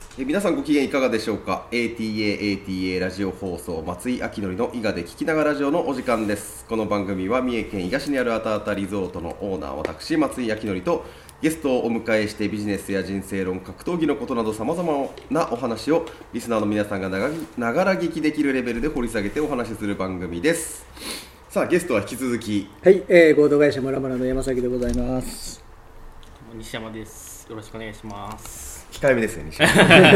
皆さんご機嫌いかがでしょうか。 ATA ラジオ放送松井明則の伊賀で聞きながらラジオのお時間です。この番組は三重県伊賀市にあるあたあたリゾートのオーナー私松井明則とゲストをお迎えしてビジネスや人生論、格闘技のことなどさまざまなお話をリスナーの皆さんがながら聞きできるレベルで掘り下げてお話しする番組です。さあゲストは引き続きはい、合同会社ムラムラの山崎でございます。 西山です。よろしくお願いします。 控えめですね、西山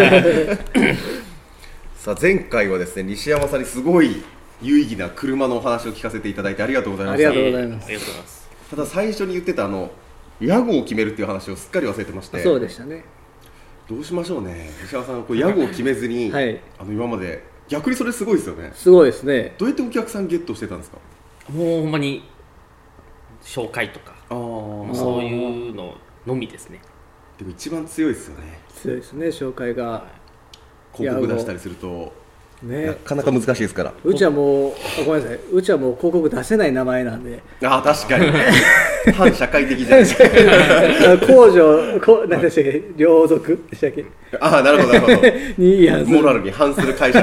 さあ前回はですね、西山さんにすごい有意義な車のお話を聞かせていただいてありがとうございました。 ありがとうございます。 ありがとうございます。 ただ最初に言ってた屋号を決めるっていう話をすっかり忘れてまして。 そうでしたね。 どうしましょうね、西山さん、屋号を決めずに、 はい、 今まで逆にそれすごいですよね。 すごいですね。 どうやってお客さんゲットしてたんですか？ もうほんまに紹介とかそういうののみですね。 でも一番強いですよね。 強いですね、紹介が。 広告出したりすると、 ね、 なかなか難しいですから。 うちはもうごめんなさい、うちはもう広告出せない名前なんで。 確かに反社会的じゃないですか工場何でしたっけ、両属でしたっけ。 なるほどなるほどにモラルに反する会社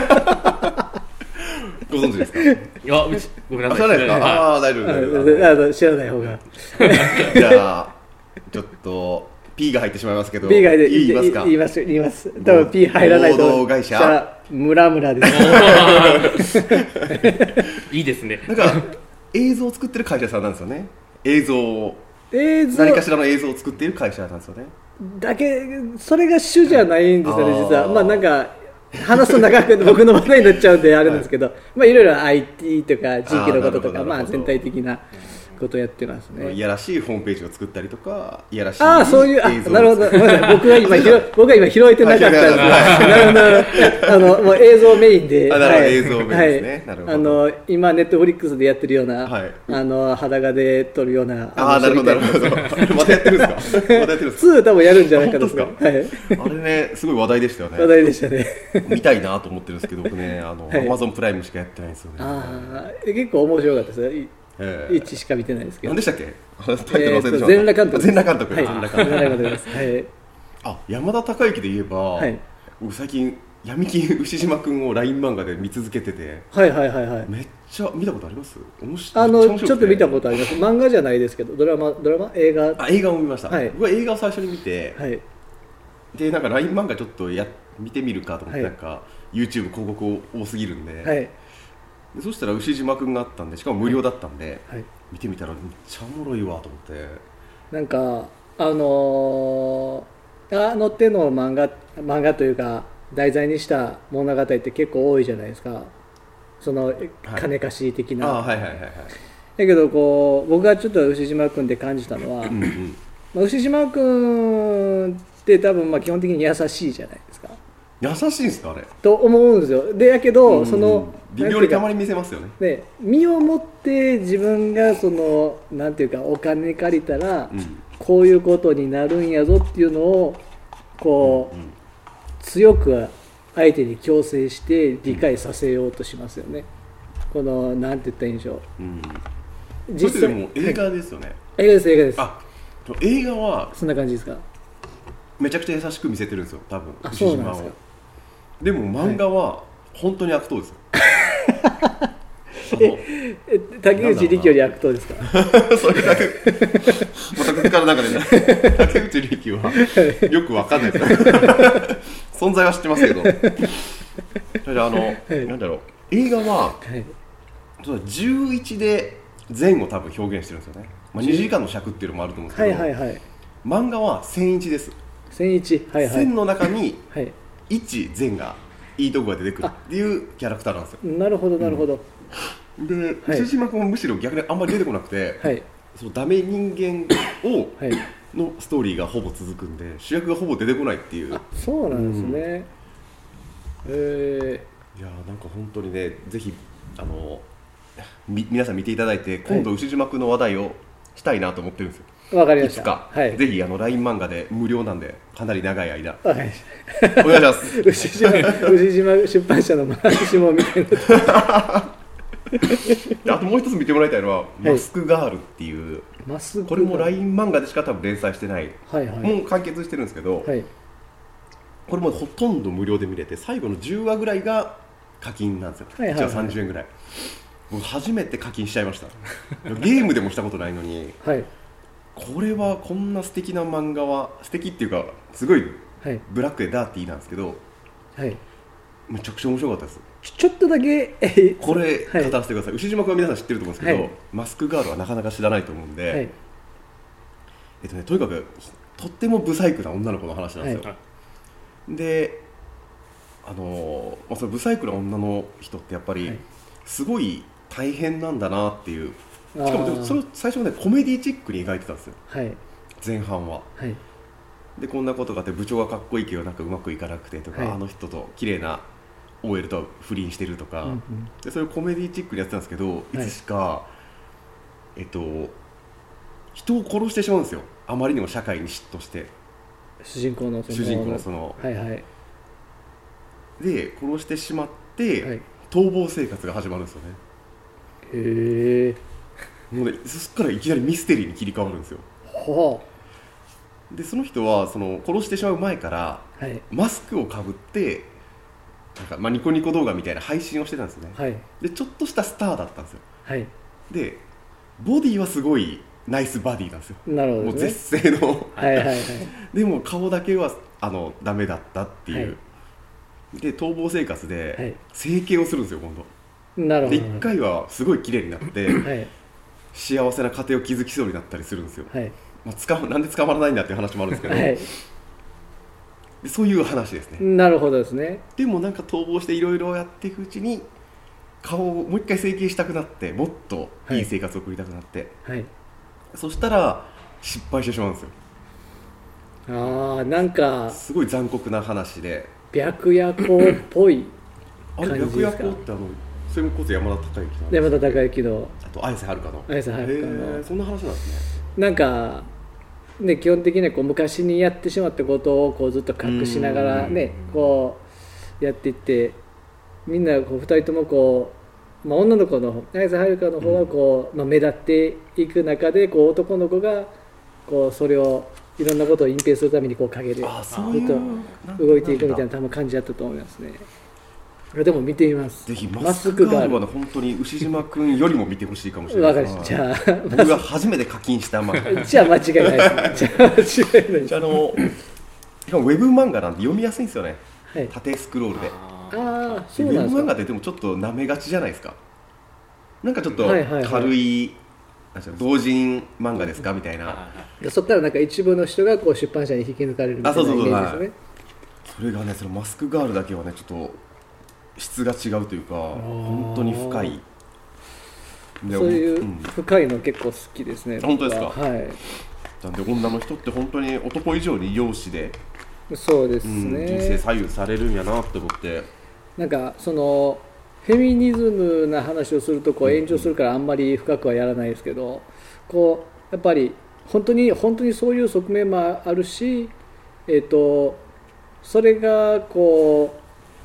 ご存知ですか？いや、うちごめんなさい。 知らないですか？大丈夫知らない方がじゃあちょっとP が入ってしまいますけど、 P が入って言いますか？ 言います。多分 P 入らないと。 合同会社ムラムラですいいですね。 なんか映像を作ってる会社さんなんですよね。何かしらの映像を作っている会社なんですよね。 それが主じゃないんですよね、実は。まあなんか話すと長く僕の話題になっちゃうんであれなんですけど、まあいろいろ IT とか地域のこととか、まあ全体的なことをやってますね。 いやらしいホームページを作ったりとか、いやらしいそういう、なるほど。僕が今拾えてなかったんです。なるほど。もう映像メインで。 映像メインですね。なるほど。 今ネットフリックスでやってるような、裸で撮るような。なるほどなるほど。 またやってるんですか ？2多分やるんじゃないかと。 あれね、すごい話題でしたよね。 話題でしたね。 見たいなと思ってるんですけど、僕ね、Amazon プライムしかやってないんですよね。 結構面白かったです。1しか見てないですけど。 何でしたっけ？タイトル忘れてしまった。 全裸監督。 全裸監督。 全裸監督です。 山田孝之で言えば、僕最近闇金牛島くんを LINE 漫画で見続けてて、めっちゃ見たことあります？ ちょっと見たことあります。漫画じゃないですけど、ドラマ映画。 映画を見ました。僕は映画を最初に見て、でなんか LINE 漫画ちょっと見てみるかと思って、なんか YouTube 広告多すぎるんで。でそしたら牛島くんがあったんで、しかも無料だったんで、見てみたらめっちゃおもろいわと思って。 なんか手の漫画というか題材にした物語って結構多いじゃないですか。その金貸し的な。だけど僕がちょっと牛島くんで感じたのは、牛島くんって多分基本的に優しいじゃないですか。 優しいんですかあれと思うんですよ。でやけど微妙にたまに見せますよね。 身をもって自分がなんていうかお金借りたらこういうことになるんやぞっていうのを強く相手に強制して理解させようとしますよね。なんて言ったらいいんでしょう。 実際も映画ですよね。 映画です。 映画はそんな感じですか？ めちゃくちゃ優しく見せてるんですよ、多分。 そうなんですか。 でも漫画は本当に悪党ですよ。 竹内力より悪党ですか？ それだけまたここからなんかね、竹内力はよくわかんないです存在は知ってますけど、なんだろう、映画は11で前後多分表現してるんですよね。2時間の尺っていうのもあると思うんですけど、漫画は1001です。1001の中に1前がいいとこが出てくるっていうキャラクターなんですよ。 なるほどなるほど。 で牛島君はむしろ逆にあんまり出てこなくて、そのダメ人間のストーリーがほぼ続くんで、主役がほぼ出てこないっていう。 そうなんですね。 いやなんか本当にね、ぜひ皆さん見ていただいて、今度牛島君の話題をしたいなと思ってるんですよ。 わかりました。 いつか、ぜひLINE 漫画で無料なんで、かなり長い間お願いします。 牛島出版社の話も見てるあともう一つ見てもらいたいのは、マスクガールっていう、これも LINE 漫画でしか多分連載してない、もう完結してるんですけど、 これもほとんど無料で見れて、最後の10話ぐらいが課金なんですよ。 はいはいはい、 1話30円ぐらい。僕初めて課金しちゃいましたゲームでもしたことないのに、 はい、 これはこんな素敵な漫画は、素敵っていうかすごいブラックでダーティーなんですけど、 はい、 めちゃくちゃ面白かったです。 ちょっとだけこれ語らせてください。牛島君は皆さん知ってると思うんですけど、マスクガールはなかなか知らないと思うんで、とにかくとってもブサイクな女の子の話なんですよ。で、そのブサイクな女の人ってやっぱりすごい大変なんだなっていう、しかもそれ最初ねコメディチックに描いてたんですよ、前半は。でこんなことがあって、部長がかっこいいけどなんかうまくいかなくてとか、あの人と綺麗な OL と不倫してるとか、でそういうコメディチックにやってたんですけど、いつしか、人を殺してしまうんですよ。あまりにも社会に嫉妬して、主人公のその、で殺してしまって、逃亡生活が始まるんですよね。 へえ。 もうね、そこからいきなりミステリーに切り替わるんですよ。でその人はその殺してしまう前から、マスクをかぶってなんか、ニコニコ動画みたいな配信をしてたんですね、でちょっとしたスターだったんですよ、でボディはすごいナイスバディなんですよ。 なるほど、ね、 もう絶世のでも顔だけはダメだったっていう、で逃亡生活で整形をするんですよ今度。 なるほど。 で1回はすごい綺麗になって、幸せな家庭を築きそうになったりするんですよ、なんで捕まらないんだっていう話もあるんですけど、でそういう話ですね。 なるほどですね。 でもなんか逃亡していろいろやっていくうちに顔をもう一回整形したくなって、もっといい生活を送りたくなって、そしたら失敗してしまうんですよ。なんかすごい残酷な話で、 白夜行っぽい感じですか。 白夜行ってそれこそ山田孝之山田孝之の、 あと綾瀬はるかのそんな話なんですね。 なんかね、基本的にはこう昔にやってしまったことをこうずっと隠しながらね、こうやっていって、みんなこう2人ともこう、女の子の綾瀬はるかの方はこう、目立っていく中で、こう男の子がこうそれをいろんなことを隠蔽するためにこう陰でずっと動いていくみたいな多分感じだったと思いますね。でも見てみます。 ぜひマスクガールは本当に牛島君よりも見てほしいかもしれない。 わかりました。じゃあ僕が初めて課金した漫画。 じゃあ間違いないです。じゃあ間違いないです。しかもウェブ漫画なんで読みやすいんですよね、縦スクロールで。 そうなんですか。 ウェブ漫画ってでもちょっと舐めがちじゃないですか。なんかちょっと軽い、同人漫画ですかみたいな。 そっからなんか一部の人がこう出版社に引き抜かれるみたいなイメージですね。 それがね、そのマスクガールだけはね、ちょっと質が違うというか、本当に深い。 そういう深いの結構好きですね。 本当ですか。なんで女の人って本当に男以上に容姿で、 そうですね、 人生左右されるんやなって思って。 なんかそのフェミニズムな話をするとこう炎上するからあんまり深くはやらないですけど、こうやっぱり本当にそういう側面もあるし、それがこ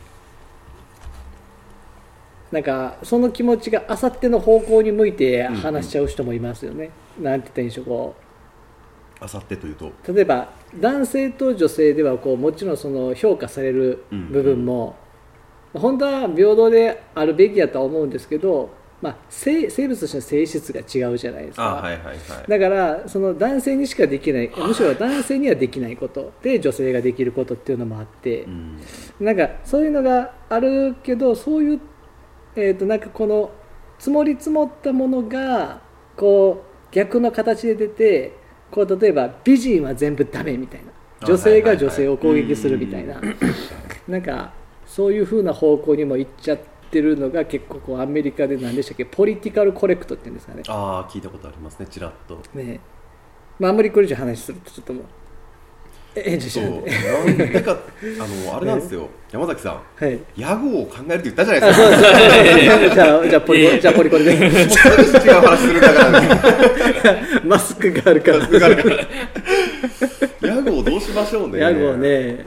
うなんかその気持ちがあさっての方向に向いて話しちゃう人もいますよね。なんて言ったらいいんでしょう、こうあさってというと、 例えば男性と女性ではこうもちろんその評価される部分も、本当は平等であるべきやとは思うんですけど、生物としての性質が違うじゃないですか。だからその男性にしかできない、むしろ男性にはできないことで女性ができることっていうのもあって、なんかそういうのがあるけど、そういうなんかこの積もり積もったものがこう逆の形で出て、こう例えば美人は全部ダメみたいな、女性が女性を攻撃するみたいな、なんかそういう風な方向にも行っちゃってるのが結構こうアメリカで何でしたっけ、ポリティカルコレクトっていうんですかね。 聞いたことありますね、ちらっとね。あんまりこれ以上話するとちょっともう炎上しちゃうんで。 なんかあれなんですよ、山崎さん、屋号を考えるって言ったじゃないですか。 じゃあポリコレで。 もうすぐ違う話するんだからね。 マスクがあるから。 屋号どうしましょうね。 屋号ね。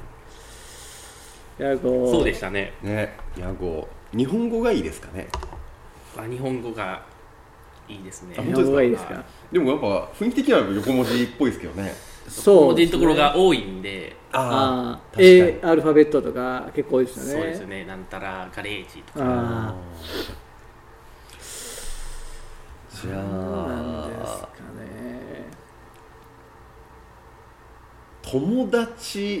屋号。 そうでしたね。 屋号。日本語がいいですかね。 日本語がいいですね。 日本語がいいですか。 でもやっぱ雰囲気的には横文字っぽいですけどね。 小文字のところが多いんで、 アルファベットとか結構多いですよね。 そうですよね。なんたらガレージとか。 じゃあなんですかね。 友達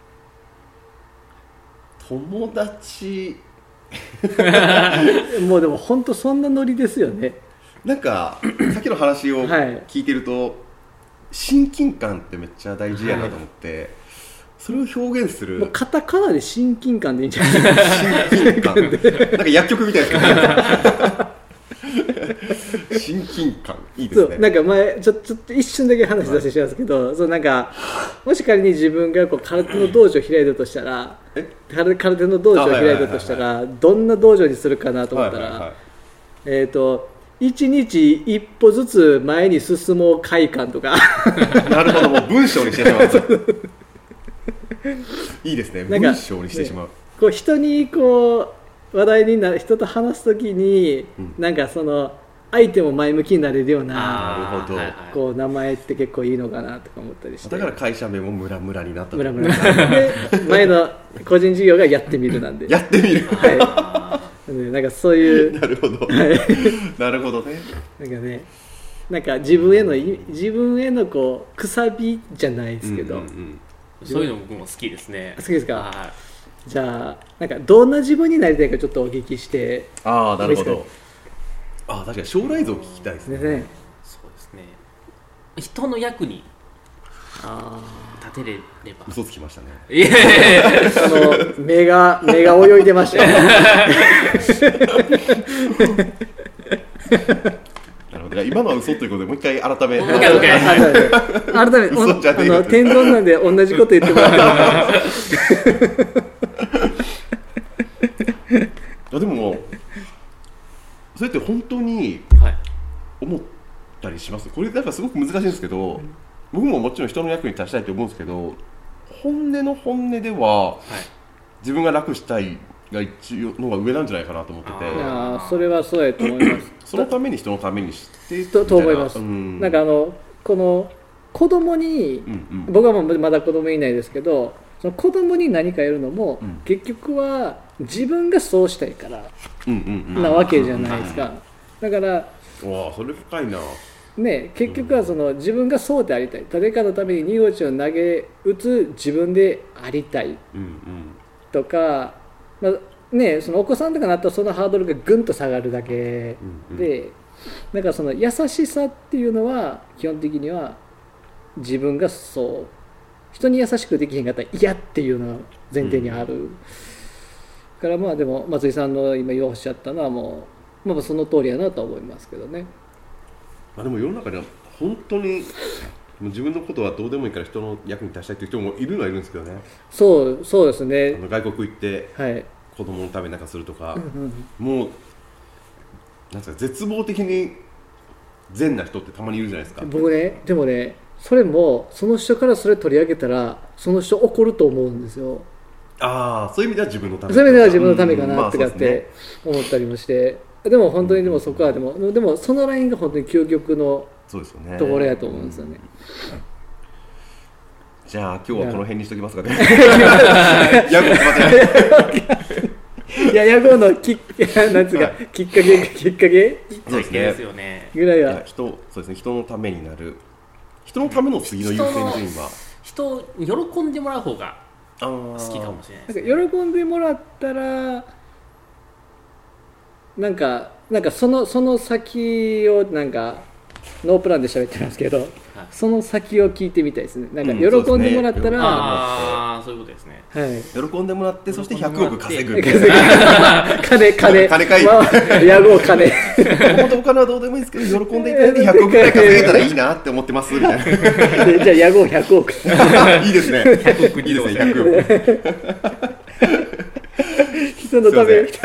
もうでも本当そんなノリですよね。 なんかさっきの話を聞いてると、親近感ってめっちゃ大事やなと思って、それを表現する、 もうカタカナで親近感でいいんじゃないですか。 親近感なんか薬局みたいですけど親近感いいですね。 そうなんか前ちょっと一瞬だけ話出してしまうんですけど、そうなんかもし仮に自分がこう空手の道場を開いたとしたら、空手の道場を開いたとしたらどんな道場にするかなと思ったら、一日一歩ずつ前に進もう快感とかなるほど、もう文章にしてしまういいですね、文章にしてしまう。 こう人にこう話題になる人と話すときに、なんかその相手も前向きになれるような、 なるほど、 こう名前って結構いいのかなとか思ったりして、 だから会社名もムラムラになったムラムラで前の個人事業がやってみるなんでやってみる、 はい、なんかそういうなるほど、なるほどね。 なんかね、なんか自分へのこうくさびじゃないですけど、 そういうの僕も好きですね。 好きですか。じゃあなんかどんな自分になりたいかちょっとお聞きして。 なるほど。確かに将来像聞きたいですね。 そうですね。人の役に立てれれば。 嘘つきましたね。 いや目が泳いでましたよなるほど。今のは嘘ということでもう一回改め天丼なんで同じこと言ってもらってでもそれって本当に思ったりします。これなんかすごく難しいんですけど、僕ももちろん人の役に立ちたいと思うんですけど、本音の本音では、自分が楽したいが一応のが上なんじゃないかなと思ってて。 いやそれはそうやと思いますそのために人のためにしてと思います。なんかこの子供に、僕はまだ子供いないですけど、その子供に何かやるのも、結局は自分がそうしたいからなわけじゃないですか。だからそれ深いな。 ね、結局はその自分がそうでありたい、誰かのために命を投げ打つ自分でありたいとか、そのお子さんとかになったらそのハードルがぐんと下がるだけで、だからその優しさっていうのは基本的には自分がそう人に優しくできへんかったら嫌っていうのが前提にある、からでも松井さんの今おっしゃったのはもう、その通りやなとは思いますけどね。 でも世の中には本当に自分のことはどうでもいいから人の役に立ちたいっていう人もいるのはいるんですけどね。 そうですね。 外国行って子供のために何かするとか、もうなんですか、絶望的に善な人ってたまにいるじゃないですか。 僕ね、でもね、それもその人からそれ取り上げたらその人怒ると思うんですよ。 そういう意味では自分のため、 そういう意味では自分のためかなとかって思ったりもして、でも本当にそこはでもそのラインが本当に究極のところやと思うんですよね。 じゃあ今日はこの辺にしときますかね。 ヤゴのきっかけそうですねぐらいはそうですね、人のためになる、人のための次の優先順位は人に喜んでもらう方が好きかもしれないですね。 なんか喜んでもらったらなんかその先をなんかノープランで喋ってますけど、その先を聞いてみたいですね。なんか喜んでもらったら、 そういうことですね。 喜んでもらって、そして100億稼ぐ。 金やごう金。本当お金はどうでもいいですけど、喜んでいただいて100億ぐらい稼げたらいいなって思ってますみたいな。 じゃあやごう100億。 いいですね。100億いいですね、100億。 人のため。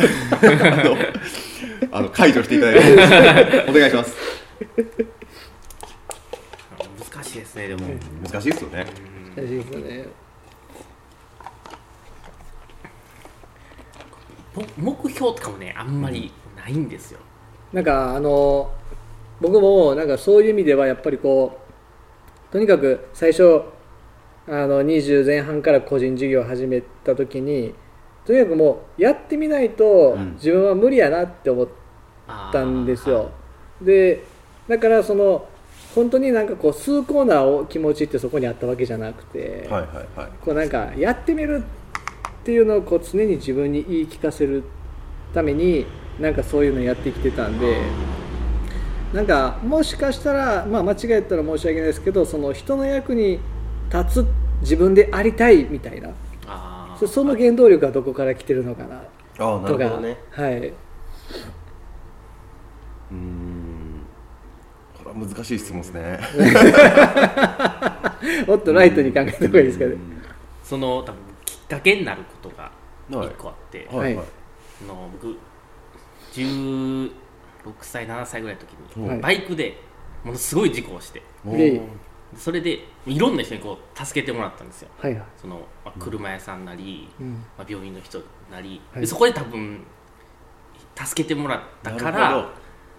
解除していただいてお願いします。 難しいですね。でも難しいですよね。 難しいですよね。 目標とかもね、あんまりないんですよ。 なんか僕もなんかそういう意味ではやっぱりことにかく最初20前半から個人事業を始めた時にとにかくもうやってみないと自分は無理やなって思ったんですよ、でだから本当になんかこう崇高な気持ちってそこにあったわけじゃなくて、こうなんかやってみるっていうのをこう常に自分に言い聞かせるためになんかそういうのやってきてたんで、なんかもしかしたら、間違えたら申し訳ないですけど人の役に立つ自分でありたいみたいな、その原動力がどこから来てるのかなとか、 なるほどね、 はい、 これは難しい質問ですねもっとライトに考えた方がいいですかね。 多分きっかけになることが1個あって、僕16歳7歳ぐらいの時にバイクでものすごい事故をして、それでいろんな人にこう助けてもらったんですよ、車屋さんなり、病院の人なり、でそこで多分助けてもらったから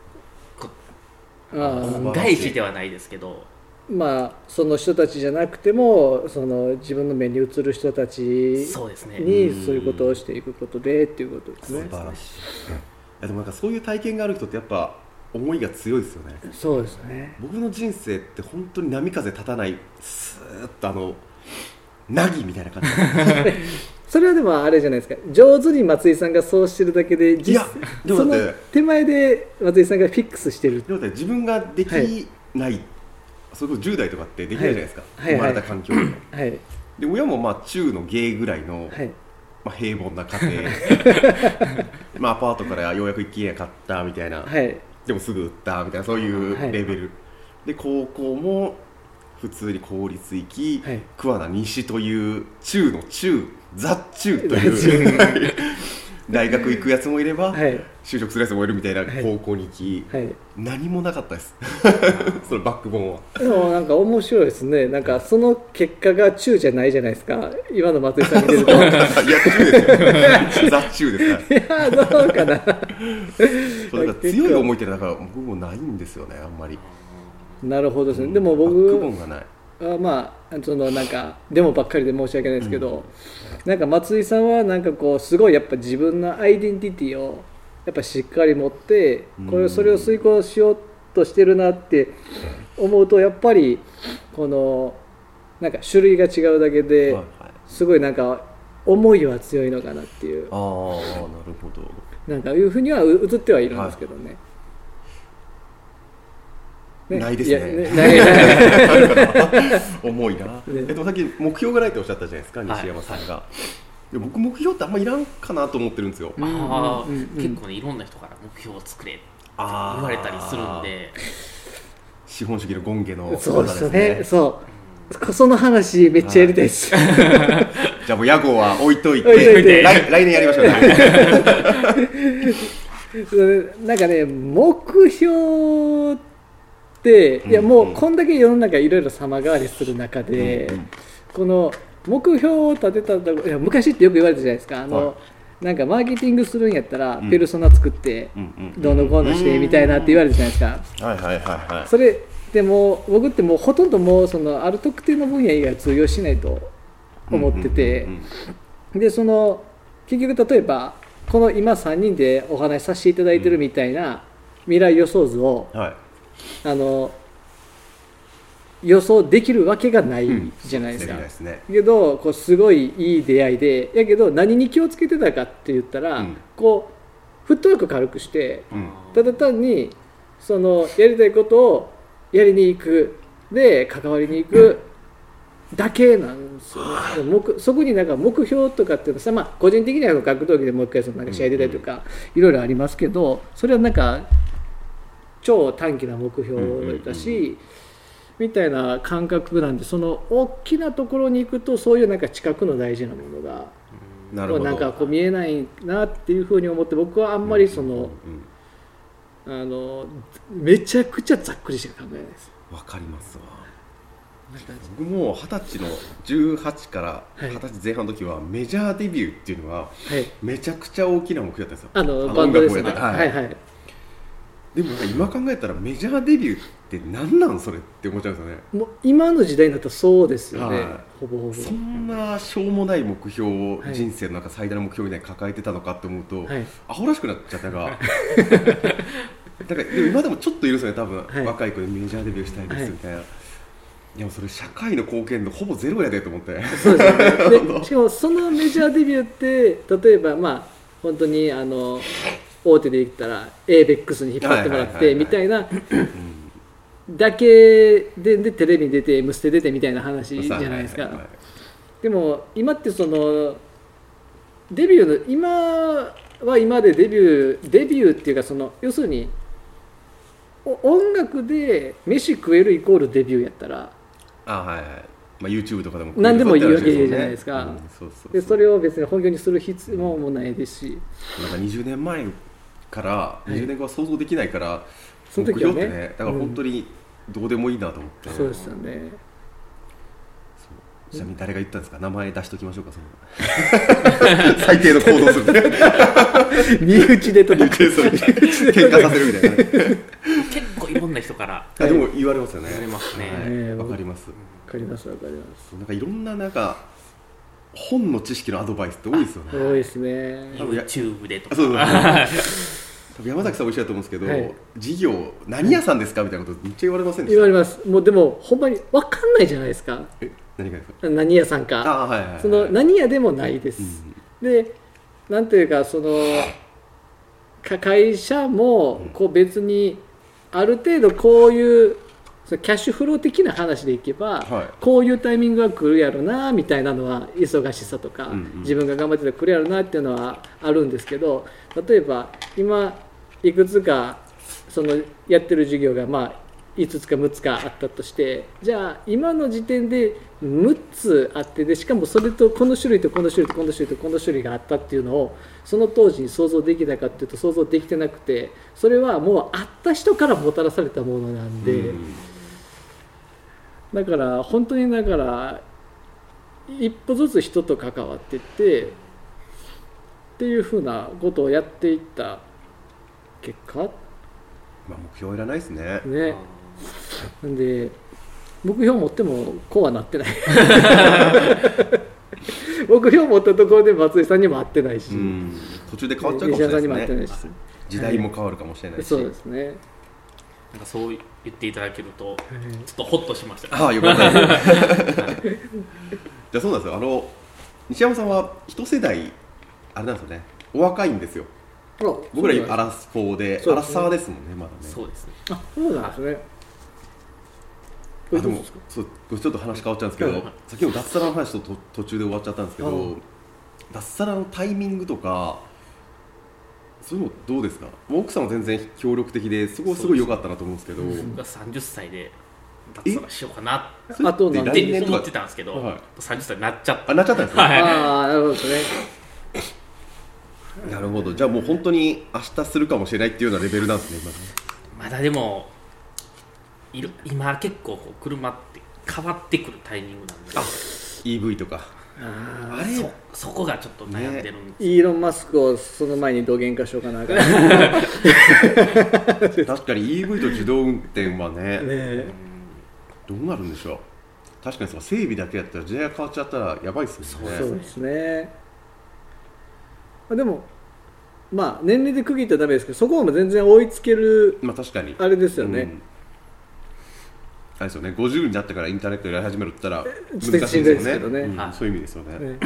恩返しではないですけど、 その人たちじゃなくても自分の目に映る人たちにそういうことをしていくことでっていうことですね。 素晴らしい。でもなんかそういう体験がある人ってやっぱ思いが強いですよね。 そうですね。 僕の人生って本当に波風立たないスーッとナギみたいな感じそれはでもあれじゃないですか、上手に松井さんがそうしてるだけで、 いやでもその手前で松井さんがフィックスしてる。 でも自分ができない、それこそ10代とかってできないじゃないですか、生まれた環境で、で親も中の芸ぐらいの、平凡な家庭アパートからようやく一軒家買ったみたいな、でもすぐ売ったみたいなそういうレベル、で高校も普通に公立行き、桑名西という中の中ザ・中という大学行くやつもいれば、就職するやつもいるみたいな高校に行き、何もなかったですそのバックボーンは。 でもなんか面白いですね。なんかその結果が中じゃないじゃないですか、今の松井さん見てると。いや中ですよザ・中ですから。 いやどうかなそうだから強い思いってだから僕もないんですよね、あんまり。 なるほどですね。でも僕バックボーンがない。 なんかでもばっかりで申し訳ないですけど、なんか松井さんはなんかこうすごいやっぱ自分のアイデンティティをやっぱしっかり持ってそれを遂行しようとしてるなって思うと、やっぱりこのなんか種類が違うだけですごいなんか思いは強いのかなっていう、 なるほど、 なんかいうふうには映ってはいるんですけどね。 ないですね。重いな。さっき目標がないっておっしゃったじゃないですか、西山さんが。僕目標ってあんまいらんかなと思ってるんですよ。 結構ね、いろんな人から目標を作れって言われたりするんで。 資本主義の権下のそうですね。その話めっちゃやりたいです。 じゃあもう屋号は置いといて来年やりましょうね。なんかね、目標っていやもうこんだけ世の中いろいろ様変わりする中で、この目標を立てたいや昔ってよく言われたじゃないですか。なんかマーケティングするんやったらペルソナ作ってどんどんこんどんしてみたいなって言われたじゃないですか。それでも僕ってもうほとんどもうある特定の分野以外は通用しないと思ってて、で結局例えばこの今3人でお話しさせていただいてるみたいな未来予想図を、予想できるわけがないじゃないですか。けどこうすごいいい出会いで、やけど何に気をつけてたかって言ったら、こうフットワーク軽くして、ただ単にやりたいことをやりに行くで関わりに行くだけなんですよね。そこになんか目標とかっていうのはさ、個人的には格闘技でもう一回なんか試合出たりとかいろいろありますけど、それはなんか超短期な目標だし、みたいな感覚なんで、大きなところに行くとそういうなんか近くの大事なものがなんかこう見えないなっていうふうに思って、僕はあんまりめちゃくちゃざっくりしか考えないです。 わかりますわ。僕も20歳の18から20歳前半の時はメジャーデビューっていうのはめちゃくちゃ大きな目標だったんですよ。 バンドですね。 ででも今考えたらメジャーデビューって何なんそれって思っちゃうんですよね。 もう今の時代になったらそうですよね、ほぼほぼ。 そんなしょうもない目標を人生の中最大の目標みたいに抱えてたのかって思うと、アホらしくなっちゃったがだからでも今でもちょっといるんですよね多分、若い子でメジャーデビューしたいですみたいな、でもそれ社会の貢献度ほぼゼロやでと思って。 そうですね。でしかもそのメジャーデビューって例えば本当に大手で言ったら ABEX に引っ張ってもらってみたいなだけでテレビに出て M ステ出てみたいな話じゃないですか。でも今ってそのデビューの今は今でデビューっていうかその要するに音楽で飯食えるイコールデビューやったら YouTube とかでも何でもいいわけじゃないですか。でそれを別に本業にする必要もないですし、 なんか20年前から20年後は想像できないから、その時はね、だから本当にどうでもいいなと思って。 そうですよね。 ちなみに誰が言ったんですか？名前出しときましょうか。その最低の行動する身内でとにかく喧嘩させるみたいな結構いろんな人からでも言われますよね。 言われますね。 わかります。 わかります。 なんかいろんな本の知識のアドバイスって多いですよね。 多いですね。 YouTube でとか。 山崎さんも一緒だと思うんですけど、事業何屋さんですかみたいなことめっちゃ言われませんでした？ 言われます。もうでもほんまに分かんないじゃないですか。 何がですか？ 何屋さんか。その何屋でもないです。で、なんていうかその会社もこう別にある程度こういうキャッシュフロー的な話でいけば、こういうタイミングが来るやろなみたいなのは忙しさとか、自分が頑張ってたら来るやろなっていうのはあるんですけど、例えば今いくつかそのやってる事業が5つか6つかあったとして、じゃあ今の時点で6つあって、でしかもそれとこの種類とこの種類とこの種類とこの種類があったっていうのをその当時に想像できたかっていうと想像できてなくて、それはもうあった人からもたらされたものなんで、だから本当に一歩ずつ人と関わっていってっていうふうなことをやっていった結果、 目標いらないですね。 なんで目標持ってもこうはなってない目標持ったところで松井さんにも会ってないし、 途中で変わっちゃうかもしれないですね。時代も変わるかもしれないし、 そうですね。 なんかそう言っていただけるとちょっとホッとしました。 よかったですじゃあそうなんですよ。西山さんは一世代あれなんですよね、お若いんですよ。僕ら今アラスフォーで、アラサーですもんね、まだね。 そうですね。 そうなんですね。 でもちょっと話変わっちゃうんですけど、先ほど脱サラの話と途中で終わっちゃったんですけど、脱サラのタイミングとかそういうのどうですか？奥さんは全然協力的で、そこはすごい良かったなと思うんですけど、 僕が30歳で脱サラしようかなって思ってたんですけど、30歳になっちゃったんですね。 なるほどですね。 なるほど。じゃあもう本当に明日するかもしれないっていうようなレベルなんですね、今ね。 まだでも今結構車って変わってくるタイミングなんで、 EV とかそこがちょっと悩んでるんです。 イーロン・マスクをその前にどげんかしようかな確かに EV と自動運転はねどうなるんでしょう。確かに整備だけやったら時代が変わっちゃったらやばいですよね。 そうですね。でも年齢で区切ったらダメですけど、そこも全然追いつける、 確かにあれですよね。 あれですよね、50になってからインターネットやり始めるって言ったら難しいですよね。そういう意味ですよね。なる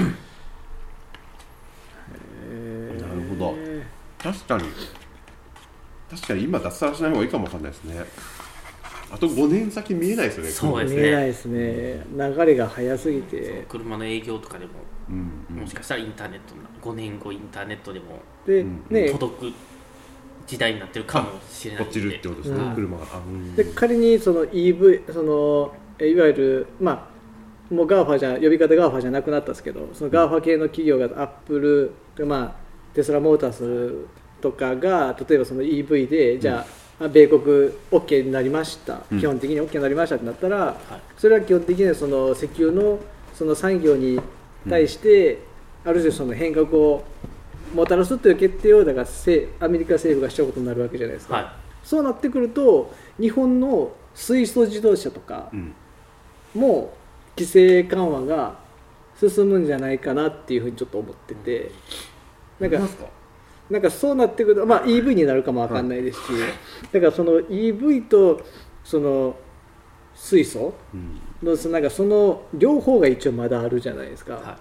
ほど。確かに今脱サラしない方がいいかもわかんないですね。あと5年先見えないですよね。 そうですね。 見えないですね。流れが早すぎて。 車の営業とかでも、もしかしたらインターネット5年後インターネットでも届く時代になってるかもしれないので。 落ちるってことですね。車が。 で仮にその EV いわゆるもうGAFA呼び方 GAFA じゃなくなったんですけど、その GAFA 系の企業がアップルテスラモータースとかが例えばその EV でじゃあ米国 OK になりました、基本的に OK になりましたってなったら、それは基本的にその石油のその産業に対してある種その変革をもたらすという決定をアメリカ政府がしたことになるわけじゃないですか。 そうなってくると日本の水素自動車とかも規制緩和が進むんじゃないかなっていうふうにちょっと思ってて、なんかそうなってくると、まあ、EV になるかもわかんないですし、だからその EV とその水素のなんかその両方が一応まだあるじゃないですか。はい、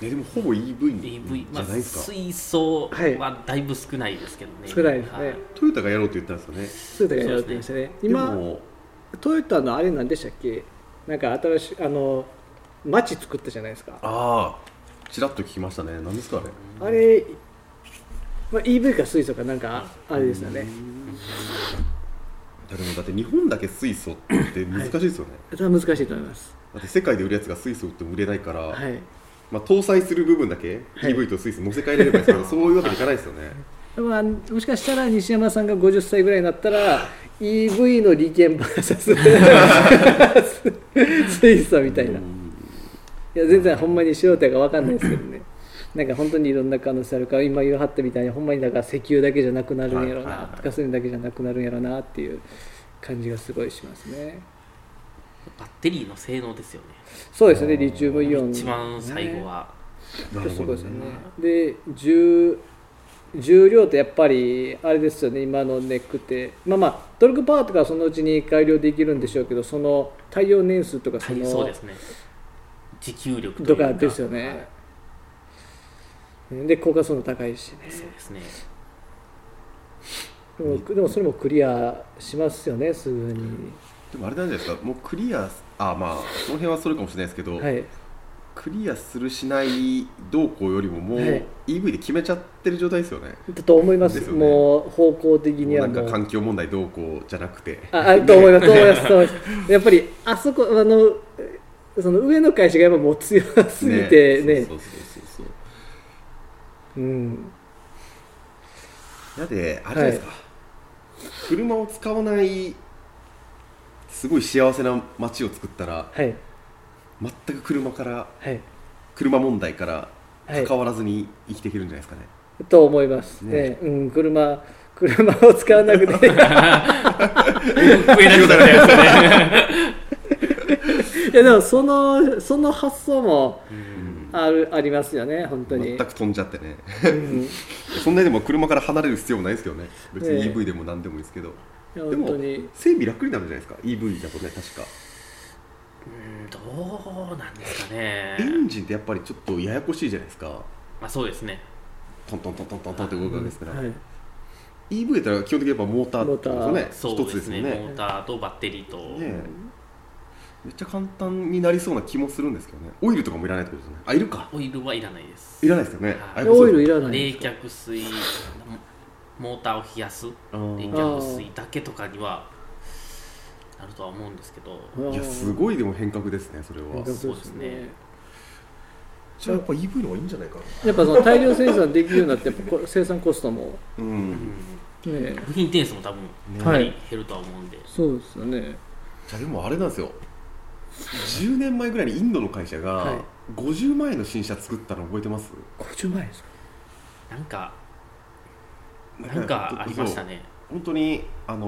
でもほぼ EV じゃないですか。 水素はだいぶ少ないですけどね。 少ないですね。 トヨタがやろうと言ったんですよね。 トヨタがやろうと言いましたね。今トヨタのあれなんでしたっけ？なんか新しい街作ったじゃないですか。 ああ、ちらっと聞きましたね。何ですかあれ、まあ、EV か水素かなんかあれですよね。 でもだって日本だけ水素って難しいですよね。 はい、難しいと思います。 だって世界で売るやつが水素売っても売れないから、 はい、 まあ、搭載する部分だけ EV と水素乗せ替えれればいいですけど、そういうわけにいかないですよね。 まあ、もしかしたら西山さんが50歳ぐらいになったら EV の利権バーサス水素みたいな。いや全然ほんまに素人が分かんないですけどね。なんか本当にいろんな可能性あるから、今言わはったみたいにほんまにだから石油だけじゃなくなるんやろうな、ガソリンだけじゃなくなるんやろうなっていう感じがすごいしますね。 バッテリーの性能ですよね。 そうですね、リチウムイオン、 一番最後は、 ね、すごいですよね。で重量ってやっぱりあれですよね、今のネックってまあトルクパワーとかそのうちに改良できるんでしょうけど、その耐用年数とかそうですね、持久力とかですよね。で効果数も高いしね。 そうですね。 でもそれもクリアしますよね、すぐに。 でもあれなんじゃないですか、もうクリア、まあその辺はそれかもしれないですけど、はい、クリアするしないどうこうよりももう EV で決めちゃってる状態ですよね。 だと思います。ね、もう方向的にはもうなんか環境問題どうこうじゃなくて、 と思いますやっぱりあそこその上の会社がやっぱもう強すぎてね。うん。 だってあれじゃないですか、はい、車を使わないすごい幸せな街を作ったら、はい、全く車問題から関わらずに生きていけるんじゃないですかね。 と思いますね。うん、車を使わなくていやでもその発想もありますよね、本当に。 全く飛んじゃってね、そんなにでも車から離れる必要もないですけどね、別に EV でも何でもいいですけど、でも整備楽になるじゃないですか、 EV だとね。確かどうなんですかね。 エンジンってやっぱりちょっとややこしいじゃないですか。 まあそうですね、 トントントントントントンって動くわけですから、EV だったら基本的にやっぱモーターってことですね、一つですね。 モーターとバッテリーと、 めっちゃ簡単になりそうな気もするんですけどね。オイルとかもいらないってことですね。あ、いるか。 オイルはいらないです。 いらないですよね。 オイルいらない。 冷却水、モーターを冷やす冷却水だけとかにはなるとは思うんですけど。 いや、すごいでも変革ですね、それは。 そうですね。 じゃあやっぱ EV の方がいいんじゃないかな。 やっぱその大量生産できるようになって生産コストも、 部品点数も多分減るとは思うんで。 そうですよね。 じゃあでもあれなんですよ、10年前ぐらいにインドの会社が50万円の新車作ったの覚えてます ？50万円ですか？ なんかありましたね。 本当に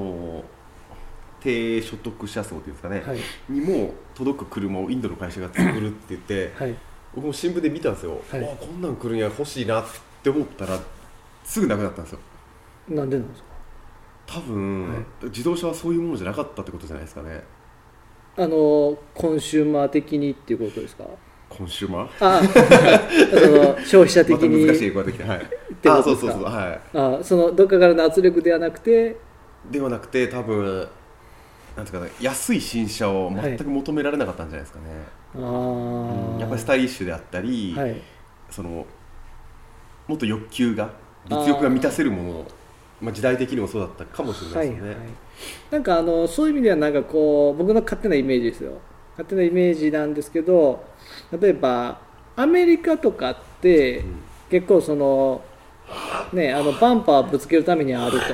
低所得者層っていうんですかね、にも届く車をインドの会社が作るって言って、僕も新聞で見たんですよ。こんなん来るには欲しいなって思ったらすぐなくなったんですよ。 なんでなんですか？ 多分、自動車はそういうものじゃなかったってことじゃないですかね。 コンシューマー的にっていうことですか？ コンシューマー？ その消費者的にまた難しい言葉できた。はい。そうはい。 そのどっかからの圧力ではなくて多分なんていうかね、安い新車を全く求められなかったんじゃないですかね。やっぱりスタイリッシュであったり、そのもっと欲求が物欲が満たせるもの、時代的にもそうだったかもしれないですよね。 なんかそういう意味ではなんかこう僕の勝手なイメージですよ。勝手なイメージなんですけど、例えばアメリカとかって、結構そのね、バンパーぶつけるためにある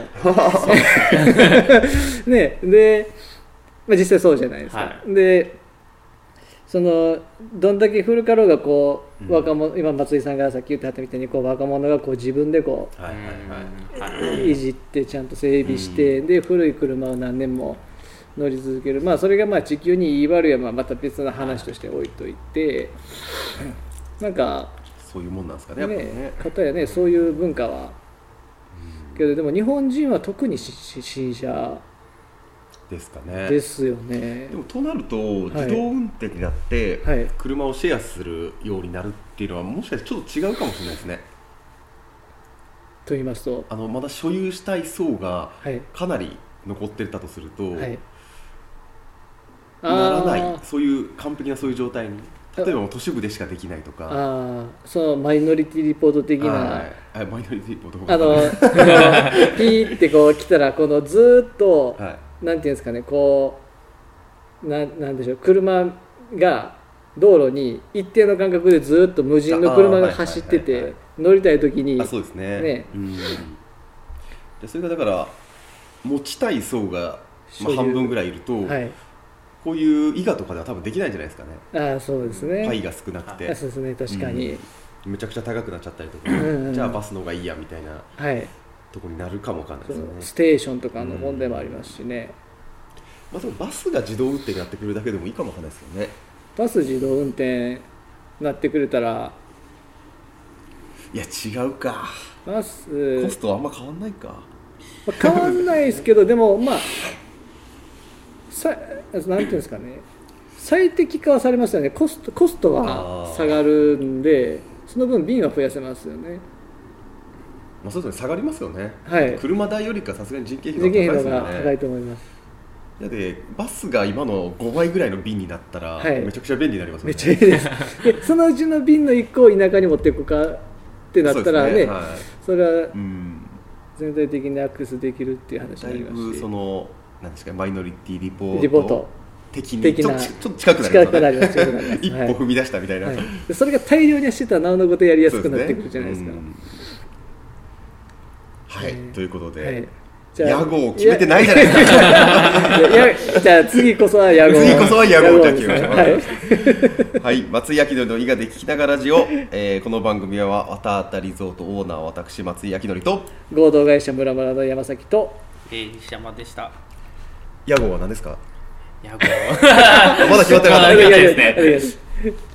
とね、で、実際そうじゃないですか。でそのどんだけ古かろうがこう、若者、今松井さんがさっき言ってはったみたいにこう若者がこう自分でこう、いじってちゃんと整備して、で古い車を何年も乗り続ける、それが地球にいい悪いはまた別の話として置いといて、なんかそういうもんなんですかね、やっぱりね。 かたやね、そういう文化は、けどでも日本人は特に新車ですかね。 ですよね。 でもとなると自動運転になって車をシェアするようになるっていうのはもしかしてちょっと違うかもしれないですね。 と言いますと、 まだ所有したい層がかなり残ってたとすると、ならない、そういう完璧なそういう状態に、例えば都市部でしかできないとか、 そのマイノリティリポート的な、 マイノリティリポートピーってこう来たらこのずっと、なんていうんですかね、こうなんでしょう、車が道路に一定の間隔でずっと無人の車が走ってて、乗りたい時に、 そうですね。それがだから持ちたい層が半分ぐらいいると、こういう伊賀とかでは多分できないんじゃないですかね。 そうですね。 パイが少なくて、 そうですね、確かに、 めちゃくちゃ高くなっちゃったりとか、じゃあバスの方がいいやみたいなところになるかもわかんないですよね。 ステーションとかの問題もありますしね。 そのバスが自動運転になってくるだけでもいいかもわかんないですよね。 バス自動運転なってくれたら、 いや違うか、 バスコストはあんま変わんないか。 変わんないですけど、でもなんていうんですかね、最適化はされますよね。コストは下がるんで、その分便は増やせますよね。 そうですね、下がりますよね。 はい、 車代よりかさすがに人件費の方が高いですよね。 高いと思います。 でバスが今の5倍ぐらいの便になったら、めちゃくちゃ便利になりますよね。 めっちゃいいですそのうちの便の1個を田舎に持っていくかってなったらね、それは全体的にアクセスできるっていう話になりますし、 だいぶそのなんですか、マイノリティリポート的にちょっと近くなりますね。一歩踏み出したみたいな、 それが大量に走ったらなおのことやりやすくなってくるじゃないですか。 ということで、屋号を決めてないじゃないですか。 じゃあ次こそは屋号を。 次こそは屋号を決めましょう。はい、松井明則の伊賀で聞きながらラジオ、この番組はわたあたリゾートオーナー私松井明則と合同会社ムラムラの山崎と西山でした。 屋号は何ですか？ 屋号まだ決まってなかったですね。